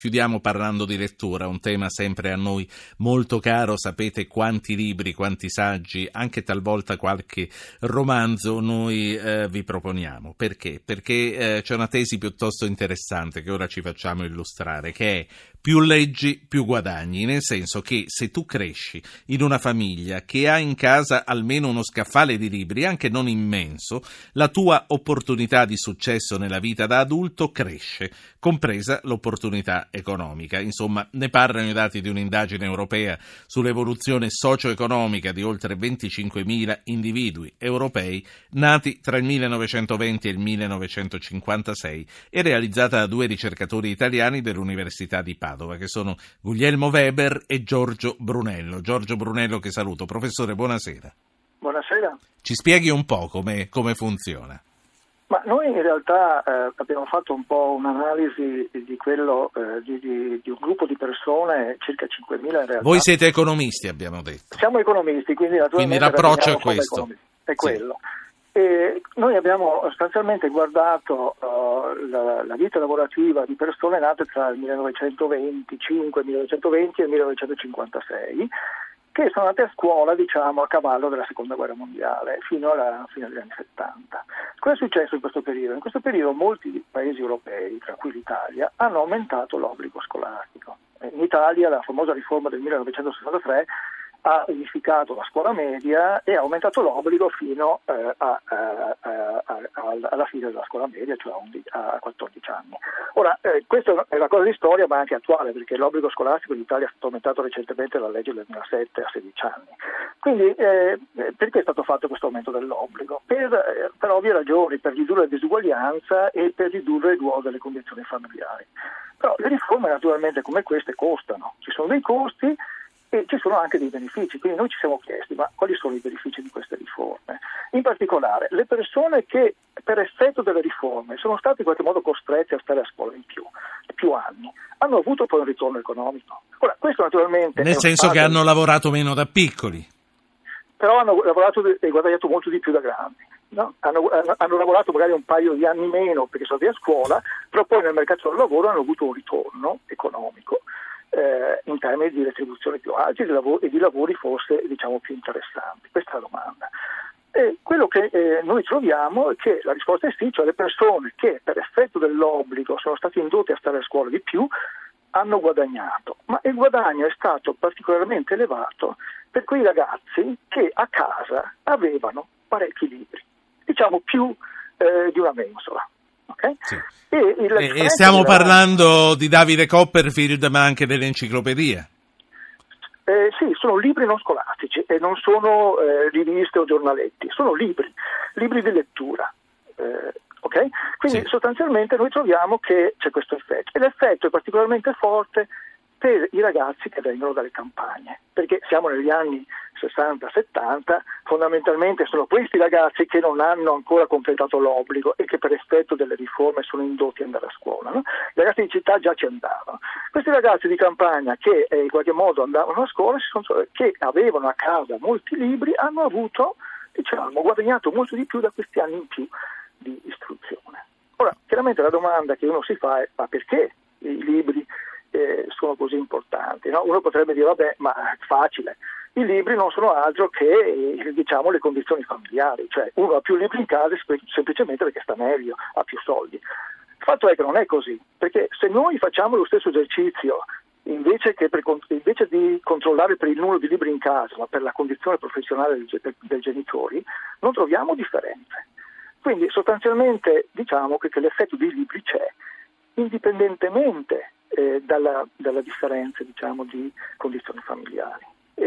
Chiudiamo parlando di lettura, un tema sempre a noi molto caro. Sapete quanti libri, quanti saggi, anche talvolta qualche romanzo noi vi proponiamo. Perché? Perché c'è una tesi piuttosto interessante che ora ci facciamo illustrare, che è: più leggi, più guadagni, nel senso che se tu cresci in una famiglia che ha in casa almeno uno scaffale di libri, anche non immenso, la tua opportunità di successo nella vita da adulto cresce, compresa l'opportunità economica. Insomma, ne parlano i dati di un'indagine europea sull'evoluzione socio-economica di oltre 25.000 individui europei nati tra il 1920 e il 1956 e realizzata da due ricercatori italiani dell'Università di Padova, che sono Guglielmo Weber e Giorgio Brunello. Giorgio Brunello, che saluto. Professore, buonasera. Buonasera. Ci spieghi un po' come funziona? Ma noi in realtà abbiamo fatto un po' un'analisi di quello di un gruppo di persone, circa 5.000 in realtà. Voi siete economisti, abbiamo detto. Siamo economisti, quindi naturalmente l'approccio è questo. È quello. E noi abbiamo sostanzialmente guardato la vita lavorativa di persone nate tra il 1925, il 1920 e il 1956, che sono andate a scuola, diciamo, a cavallo della Seconda Guerra Mondiale, fino agli anni 70. Cosa è successo in questo periodo? In questo periodo molti paesi europei, tra cui l'Italia, hanno aumentato l'obbligo scolastico. In Italia la famosa riforma del 1963 ha unificato la scuola media e ha aumentato l'obbligo fino alla fine della scuola media, cioè a 14 anni. Ora, questa è una cosa di storia ma anche attuale, perché l'obbligo scolastico in Italia è stato aumentato recentemente dalla legge del 2007 a 16 anni. Quindi perché è stato fatto questo aumento dell'obbligo? Per ovvie ragioni, per ridurre la disuguaglianza e per ridurre il ruolo delle condizioni familiari. Però le riforme naturalmente come queste costano, ci sono dei costi e ci sono anche dei benefici, quindi noi ci siamo chiesti ma quali sono i benefici di queste riforme? In particolare le persone che per effetto delle riforme sono state in qualche modo costrette a stare a scuola in più anni, hanno avuto poi un ritorno economico. Ora, questo naturalmente nel senso che hanno lavorato meno da piccoli, però hanno lavorato e guadagnato molto di più da grandi. No? Hanno lavorato magari un paio di anni meno perché sono andati a scuola, però poi nel mercato del lavoro hanno avuto un ritorno economico in termini di retribuzioni più alte e di lavori forse diciamo più interessanti. Questa è la domanda. E quello che noi troviamo è che la risposta è sì, cioè le persone che per effetto dell'obbligo sono state indotte a stare a scuola di più hanno guadagnato, ma il guadagno è stato particolarmente elevato per quei ragazzi che a casa avevano parecchi libri, diciamo più di una mensola. Okay? Sì. E stiamo parlando di Davide Copperfield, ma anche dell'enciclopedia. Sì, sono libri non scolastici e non sono riviste o giornaletti, sono libri di lettura. Okay? Quindi sì. Sostanzialmente noi troviamo che c'è questo effetto, e l'effetto è particolarmente forte per i ragazzi che vengono dalle campagne, perché siamo negli anni 60-70, fondamentalmente sono questi ragazzi che non hanno ancora completato l'obbligo e che per effetto delle riforme sono indotti ad andare a scuola. No? I ragazzi di città già ci andavano. Questi ragazzi di campagna che in qualche modo andavano a scuola, che avevano a casa molti libri, hanno avuto, diciamo, guadagnato molto di più da questi anni in più di istruzione. Ora, chiaramente la domanda che uno si fa è: ma perché i libri sono così importanti? No? Uno potrebbe dire: vabbè, ma è facile. I libri non sono altro che diciamo le condizioni familiari, cioè uno ha più libri in casa semplicemente perché sta meglio, ha più soldi. Il fatto è che non è così, perché se noi facciamo lo stesso esercizio invece di controllare per il numero di libri in casa, ma per la condizione professionale dei genitori, non troviamo differenze. Quindi sostanzialmente diciamo che l'effetto dei libri c'è, indipendentemente dalla differenza, diciamo, di condizioni familiari.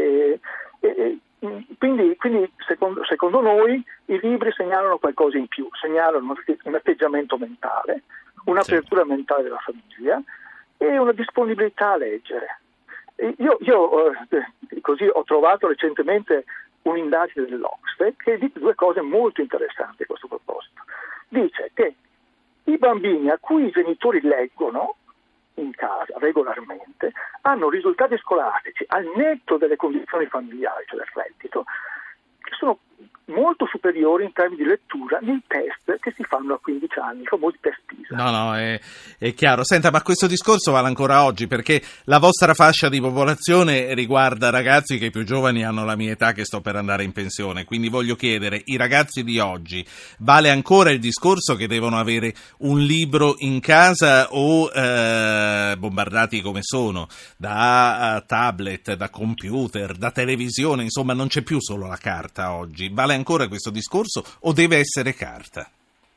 Quindi secondo noi i libri segnalano qualcosa in più, segnalano un atteggiamento mentale, un'apertura mentale della famiglia e una disponibilità a leggere. Io così ho trovato recentemente un'indagine dell'Ocse che dice due cose molto interessanti a questo proposito. Dice che i bambini a cui i genitori leggono in casa regolarmente hanno risultati scolastici al netto delle condizioni familiari, cioè del reddito, che sono molto superiori in termini di lettura nei test che si fanno a 15 anni, i famosi test PISA. No, è chiaro. Senta, ma questo discorso vale ancora oggi, perché la vostra fascia di popolazione riguarda ragazzi che più giovani hanno la mia età, che sto per andare in pensione, quindi voglio chiedere, i ragazzi di oggi, vale ancora il discorso che devono avere un libro in casa o bombardati come sono da tablet, da computer, da televisione, insomma non c'è più solo la carta oggi, vale ancora questo discorso o deve essere carta?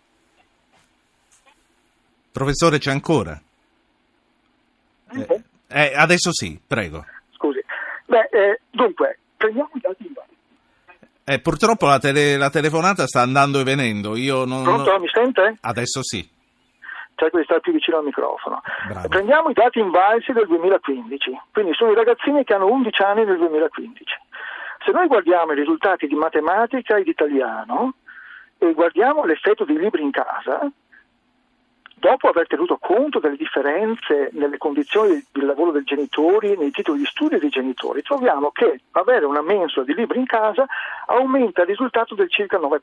Professore, c'è ancora? Adesso sì, prego. Scusi. Dunque, prendiamo i dati in base. Purtroppo la telefonata sta andando e venendo. Pronto, mi sente? Adesso sì. Cerco di stare più vicino al microfono. Bravo. Prendiamo i dati invalsi del 2015, quindi sono i ragazzini che hanno 11 anni nel 2015. Se noi guardiamo i risultati di matematica e di italiano e guardiamo l'effetto dei libri in casa, dopo aver tenuto conto delle differenze nelle condizioni del lavoro dei genitori, nei titoli di studio dei genitori, troviamo che avere una mensola di libri in casa aumenta il risultato del circa 9%,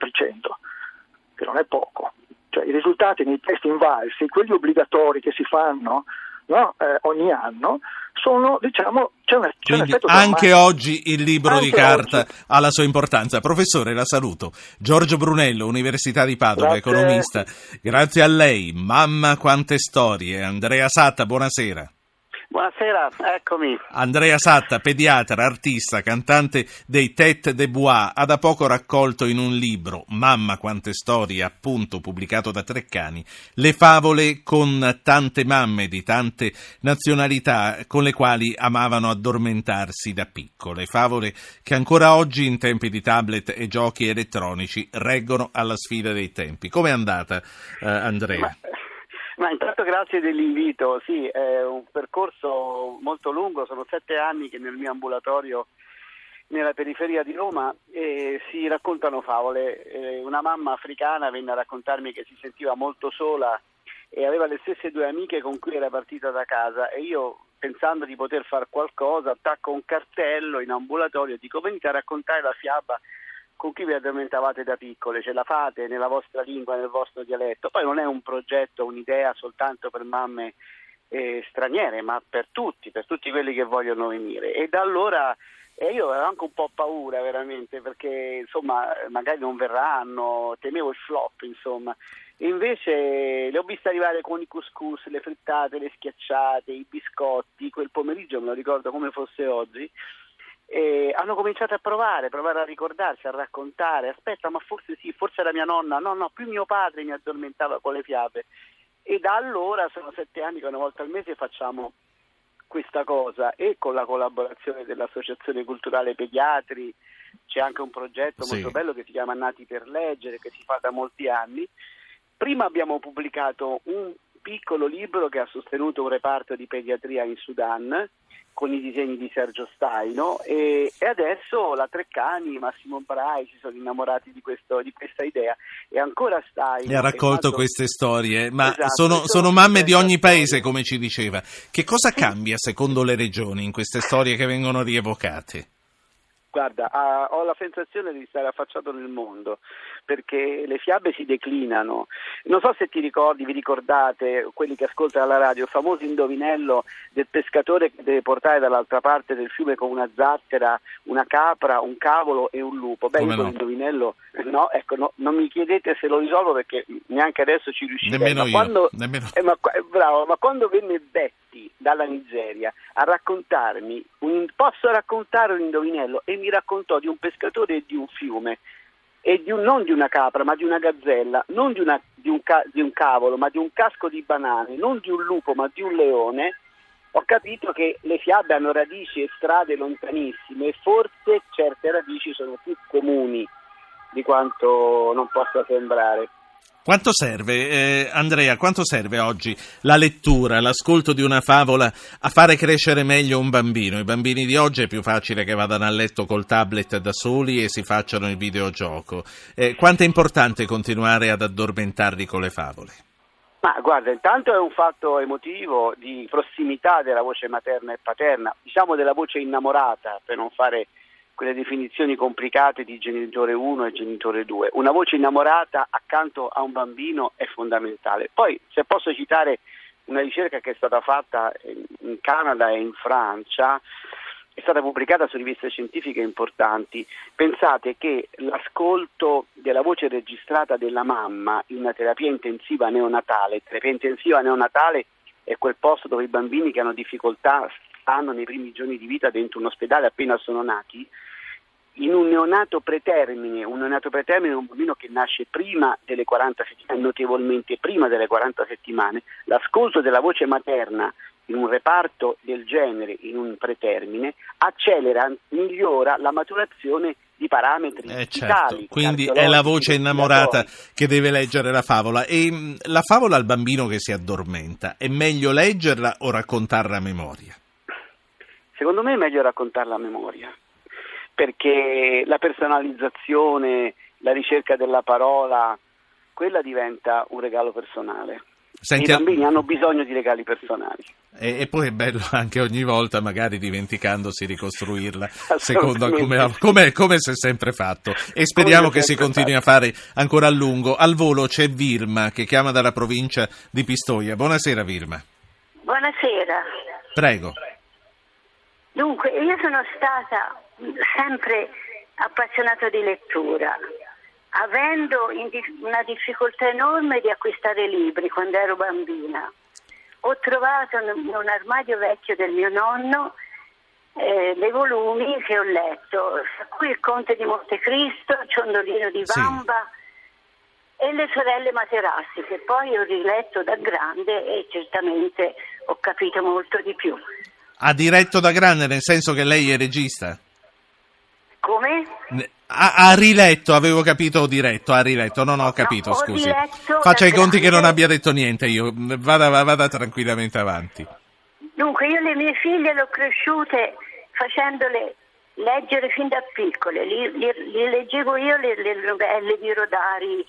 che non è poco. Cioè i risultati nei test invalsi, quelli obbligatori che si fanno ogni anno, sono, diciamo, c'è un effetto anche drammatico. oggi il libro Anche di carta oggi ha la sua importanza. Professore, la saluto. Giorgio Brunello, Università di Padova, Grazie. economista. Grazie a lei. Mamma quante storie. Andrea Satta, buonasera. Buonasera, eccomi. Andrea Satta, pediatra, artista, cantante dei Tête de Bois, ha da poco raccolto in un libro, Mamma quante storie, appunto pubblicato da Treccani, le favole con tante mamme di tante nazionalità con le quali amavano addormentarsi da piccole, favole che ancora oggi in tempi di tablet e giochi elettronici reggono alla sfida dei tempi. Com'è andata, Andrea? Ma intanto grazie dell'invito, sì, è un percorso molto lungo, sono 7 anni che nel mio ambulatorio nella periferia di Roma si raccontano favole. Una mamma africana venne a raccontarmi che si sentiva molto sola e aveva le stesse 2 amiche con cui era partita da casa e io, pensando di poter fare qualcosa, attacco un cartello in ambulatorio e dico: venite a raccontare la fiaba con chi vi addormentavate da piccole, ce la fate nella vostra lingua, nel vostro dialetto. Poi non è un progetto, un'idea soltanto per mamme straniere, ma per tutti quelli che vogliono venire. E da allora io avevo anche un po' paura veramente, perché insomma magari non verranno, temevo il flop, insomma. E invece le ho viste arrivare con i couscous, le frittate, le schiacciate, i biscotti, quel pomeriggio me lo ricordo come fosse oggi. E hanno cominciato a provare a ricordarsi, a raccontare. Aspetta, ma forse sì, forse era mia nonna. No, più mio padre mi addormentava con le fiabe. E da allora sono 7 anni che una volta al mese facciamo questa cosa, e con la collaborazione dell'Associazione Culturale Pediatri c'è anche un progetto molto bello che si chiama Nati per Leggere, che si fa da molti anni. Prima abbiamo pubblicato un piccolo libro che ha sostenuto un reparto di pediatria in Sudan, con i disegni di Sergio Staino, e adesso la Treccani, Massimo Brai si sono innamorati di questa idea, e ancora Staino e ha raccolto queste storie, ma esatto, sono mamme di ogni paese, come ci diceva. Che cosa cambia secondo le regioni in queste storie che vengono rievocate? Guarda, ho la sensazione di stare affacciato nel mondo, perché le fiabe si declinano. Non so se vi ricordate, quelli che ascoltano la radio, il famoso indovinello del pescatore che deve portare dall'altra parte del fiume con una zattera, una capra, un cavolo e un lupo. Beh, io l'indovinello, non mi chiedete se lo risolvo, perché neanche adesso ci riuscirei. Ma quando venne Betty dalla Nigeria a raccontarmi, posso raccontare un indovinello, e mi raccontò di un pescatore e di un fiume, e non di una capra ma di una gazzella, non di un cavolo ma di un casco di banane, non di un lupo ma di un leone, ho capito che le fiabe hanno radici e strade lontanissime, e forse certe radici sono più comuni di quanto non possa sembrare. Quanto serve, Andrea, quanto serve oggi la lettura, l'ascolto di una favola a fare crescere meglio un bambino? I bambini di oggi è più facile che vadano a letto col tablet da soli e si facciano il videogioco. Quanto è importante continuare ad addormentarli con le favole? Ma guarda, intanto è un fatto emotivo di prossimità della voce materna e paterna, diciamo della voce innamorata, per non fare quelle definizioni complicate di genitore 1 e genitore 2. Una voce innamorata accanto a un bambino è fondamentale. Poi, se posso citare una ricerca che è stata fatta in Canada e in Francia, è stata pubblicata su riviste scientifiche importanti. Pensate che l'ascolto della voce registrata della mamma in una terapia intensiva neonatale è quel posto dove i bambini che hanno difficoltà stanno nei primi giorni di vita dentro un ospedale appena sono nati. In un neonato pretermine è un bambino che nasce prima delle 40 settimane, notevolmente prima delle 40 settimane, l'ascolto della voce materna in un reparto del genere, in un pretermine, accelera, migliora la maturazione di parametri vitali. Quindi è la voce innamorata che deve leggere la favola. E la favola al bambino che si addormenta, è meglio leggerla o raccontarla a memoria? Secondo me è meglio raccontarla a memoria, perché la personalizzazione, la ricerca della parola, quella diventa un regalo personale. Senti, i bambini hanno bisogno di regali personali. E poi è bello anche ogni volta, magari dimenticandosi, ricostruirla secondo come si è sempre fatto. E speriamo che si continui a fare ancora a lungo. Al volo c'è Vilma che chiama dalla provincia di Pistoia. Buonasera Vilma. Buonasera. Prego. Dunque, io sono stata sempre appassionata di lettura, avendo una difficoltà enorme di acquistare libri quando ero bambina. Ho trovato in un armadio vecchio del mio nonno dei volumi che ho letto, tra cui Il Conte di Montecristo, Ciondolino di Vamba e Le sorelle Materassi, che poi ho riletto da grande e certamente ho capito molto di più. Ha diretto da grande, nel senso che lei è regista? Come? Ha riletto, avevo capito diretto, ha riletto, non ho capito, no, scusi. Faccia i conti che non abbia detto niente io, vada tranquillamente avanti. Dunque, io le mie figlie le ho cresciute facendole leggere fin da piccole, li leggevo io le novelle di Rodari,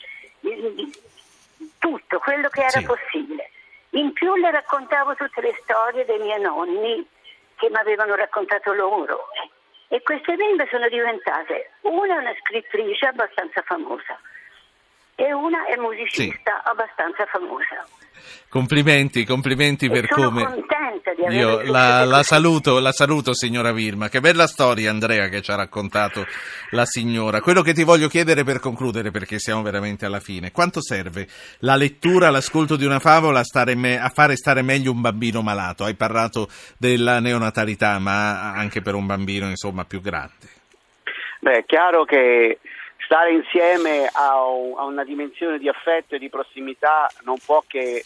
tutto, quello che era possibile. In più le raccontavo tutte le storie dei miei nonni che mi avevano raccontato loro. E queste bimbe sono diventate, una è una scrittrice abbastanza famosa e una è musicista abbastanza famosa. Complimenti per come. Sono contenta di avere. Io la saluto signora Vilma. Che bella storia, Andrea, che ci ha raccontato la signora. Quello che ti voglio chiedere per concludere, perché siamo veramente alla fine: quanto serve la lettura, l'ascolto di una favola a fare stare meglio un bambino malato? Hai parlato della neonatalità, ma anche per un bambino insomma più grande. Beh, è chiaro che stare insieme a una dimensione di affetto e di prossimità non può che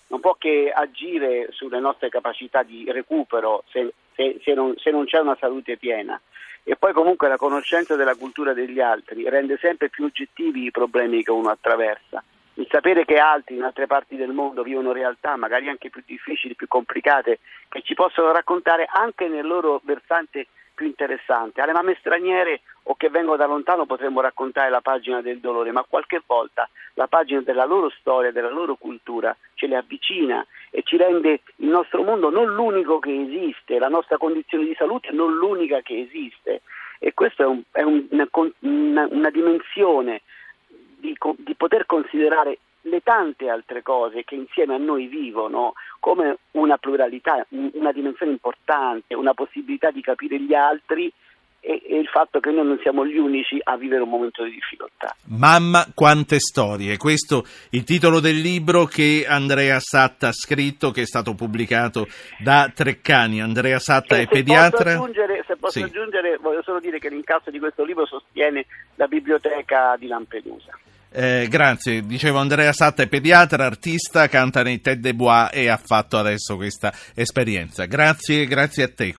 agire sulle nostre capacità di recupero se non c'è una salute piena. E poi comunque la conoscenza della cultura degli altri rende sempre più oggettivi i problemi che uno attraversa. Il sapere che altri in altre parti del mondo vivono realtà magari anche più difficili, più complicate, che ci possono raccontare anche nel loro versante più interessante. Alle mamme straniere o che vengono da lontano potremmo raccontare la pagina del dolore, ma qualche volta la pagina della loro storia, della loro cultura ce le avvicina e ci rende il nostro mondo non l'unico che esiste, la nostra condizione di salute non l'unica che esiste. E questa è una dimensione di poter considerare le tante altre cose che insieme a noi vivono come una pluralità, una dimensione importante, una possibilità di capire gli altri e il fatto che noi non siamo gli unici a vivere un momento di difficoltà. Mamma, quante storie! Questo il titolo del libro che Andrea Satta ha scritto, che è stato pubblicato da Treccani. Andrea Satta è pediatra. Se posso aggiungere, voglio solo dire che l'incasso di questo libro sostiene la biblioteca di Lampedusa. Grazie, dicevo Andrea Satta è pediatra, artista, canta nei Tête de Bois e ha fatto adesso questa esperienza. Grazie a te.